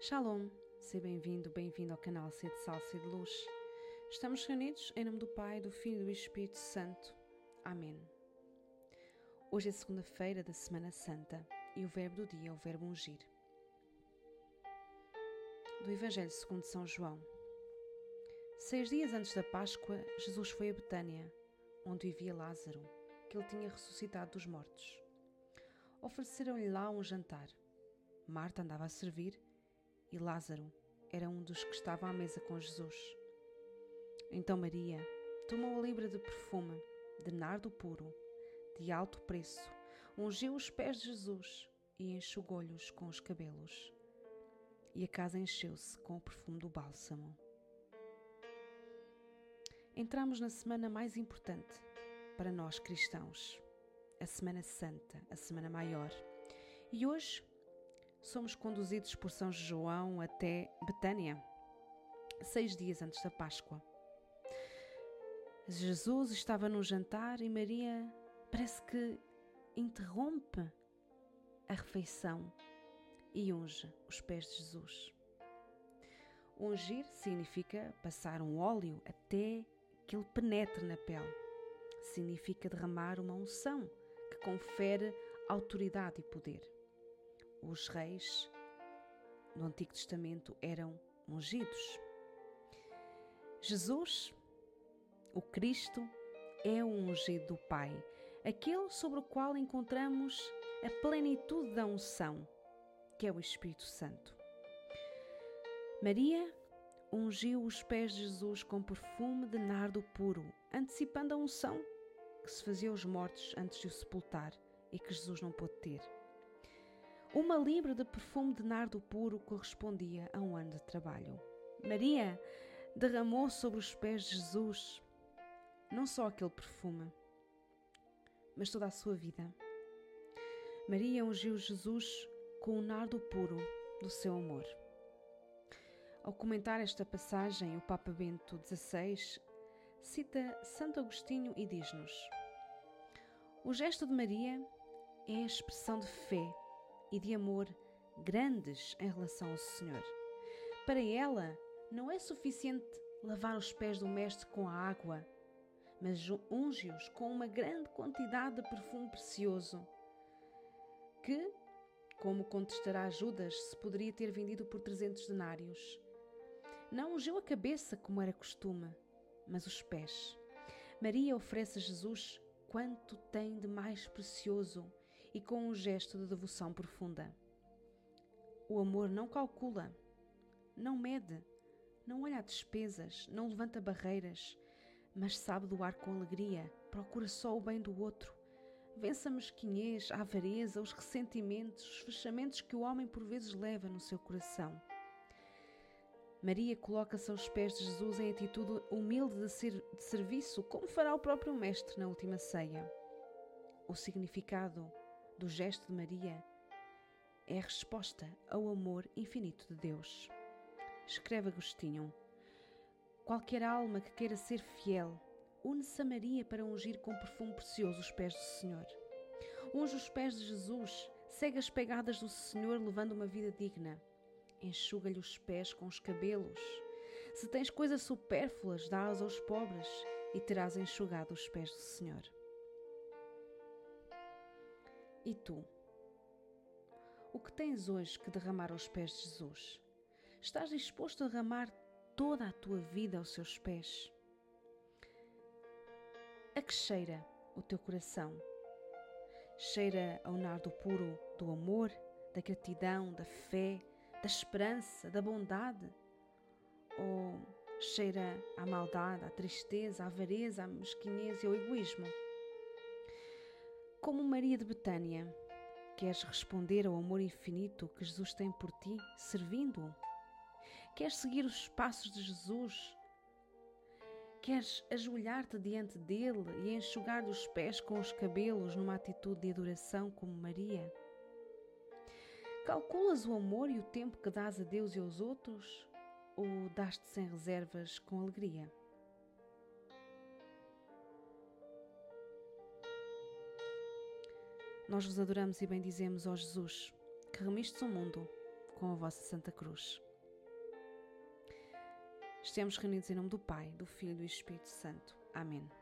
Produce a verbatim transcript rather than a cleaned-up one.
Shalom, seja bem-vindo, bem-vindo ao canal C de Sal, C de Luz. Estamos reunidos em nome do Pai, do Filho e do Espírito Santo. Amém. Hoje é segunda-feira da Semana Santa e o verbo do dia é o verbo ungir. Do Evangelho segundo São João. Seis dias antes da Páscoa, Jesus foi a Betânia, onde vivia Lázaro, que ele tinha ressuscitado dos mortos. Ofereceram-lhe lá um jantar. Marta andava a servir e Lázaro era um dos que estava à mesa com Jesus. Então Maria tomou a libra de perfume, de nardo puro, de alto preço, ungiu os pés de Jesus e enxugou-lhes com os cabelos. E a casa encheu-se com o perfume do bálsamo. Entramos na semana mais importante para nós cristãos, a Semana Santa, a Semana Maior. E hoje somos conduzidos por São João até Betânia, seis dias antes da Páscoa. Jesus estava num jantar e Maria parece que interrompe a refeição e unge os pés de Jesus. Ungir significa passar um óleo até que ele penetre na pele. Significa derramar uma unção que confere autoridade e poder. Os reis no Antigo Testamento eram ungidos. Jesus, o Cristo, é o ungido do Pai, aquele sobre o qual encontramos a plenitude da unção, que é o Espírito Santo. Maria ungiu os pés de Jesus com perfume de nardo puro, antecipando a unção que se fazia aos mortos antes de o sepultar e que Jesus não pôde ter. Uma libra de perfume de nardo puro correspondia a um ano de trabalho. Maria derramou sobre os pés de Jesus não só aquele perfume, mas toda a sua vida. Maria ungiu Jesus com o nardo puro do seu amor. Ao comentar esta passagem, o Papa Bento dezasseis cita Santo Agostinho e diz-nos: o gesto de Maria é a expressão de fé e de amor grandes em relação ao Senhor. Para ela, não é suficiente lavar os pés do Mestre com a água, mas unge-os com uma grande quantidade de perfume precioso, que, como contestará Judas, se poderia ter vendido por trezentos denários. Não ungiu a cabeça, como era costume, mas os pés. Maria oferece a Jesus quanto tem de mais precioso e com um gesto de devoção profunda. O amor não calcula, não mede, não olha a despesas, não levanta barreiras, mas sabe doar com alegria, procura só o bem do outro, vence a mesquinhez, a avareza, os ressentimentos, os fechamentos que o homem por vezes leva no seu coração. Maria coloca-se aos pés de Jesus em atitude humilde de, ser, de serviço, como fará o próprio Mestre na última ceia. O significado do gesto de Maria é a resposta ao amor infinito de Deus. Escreve Agostinho: qualquer alma que queira ser fiel, une-se a Maria para ungir com perfume precioso os pés do Senhor. Unge os pés de Jesus, segue as pegadas do Senhor levando uma vida digna. Enxuga-lhe os pés com os cabelos. Se tens coisas supérfluas, dá-as aos pobres e terás enxugado os pés do Senhor. E tu? O que tens hoje que derramar aos pés de Jesus? Estás disposto a derramar toda a tua vida aos seus pés? A que cheira o teu coração? Cheira ao nardo puro do amor, da gratidão, da fé, da esperança, da bondade? Ou cheira à maldade, à tristeza, à avareza, à mesquinhez e ao egoísmo? Como Maria de Betânia, queres responder ao amor infinito que Jesus tem por ti, servindo-o? Queres seguir os passos de Jesus? Queres ajoelhar-te diante dele e enxugar-lhe os pés com os cabelos numa atitude de adoração como Maria? Calculas o amor e o tempo que dás a Deus e aos outros? Ou dás-te sem reservas com alegria? Nós vos adoramos e bendizemos, ó Jesus, que remistes o mundo com a vossa Santa Cruz. Estamos reunidos em nome do Pai, do Filho e do Espírito Santo. Amém.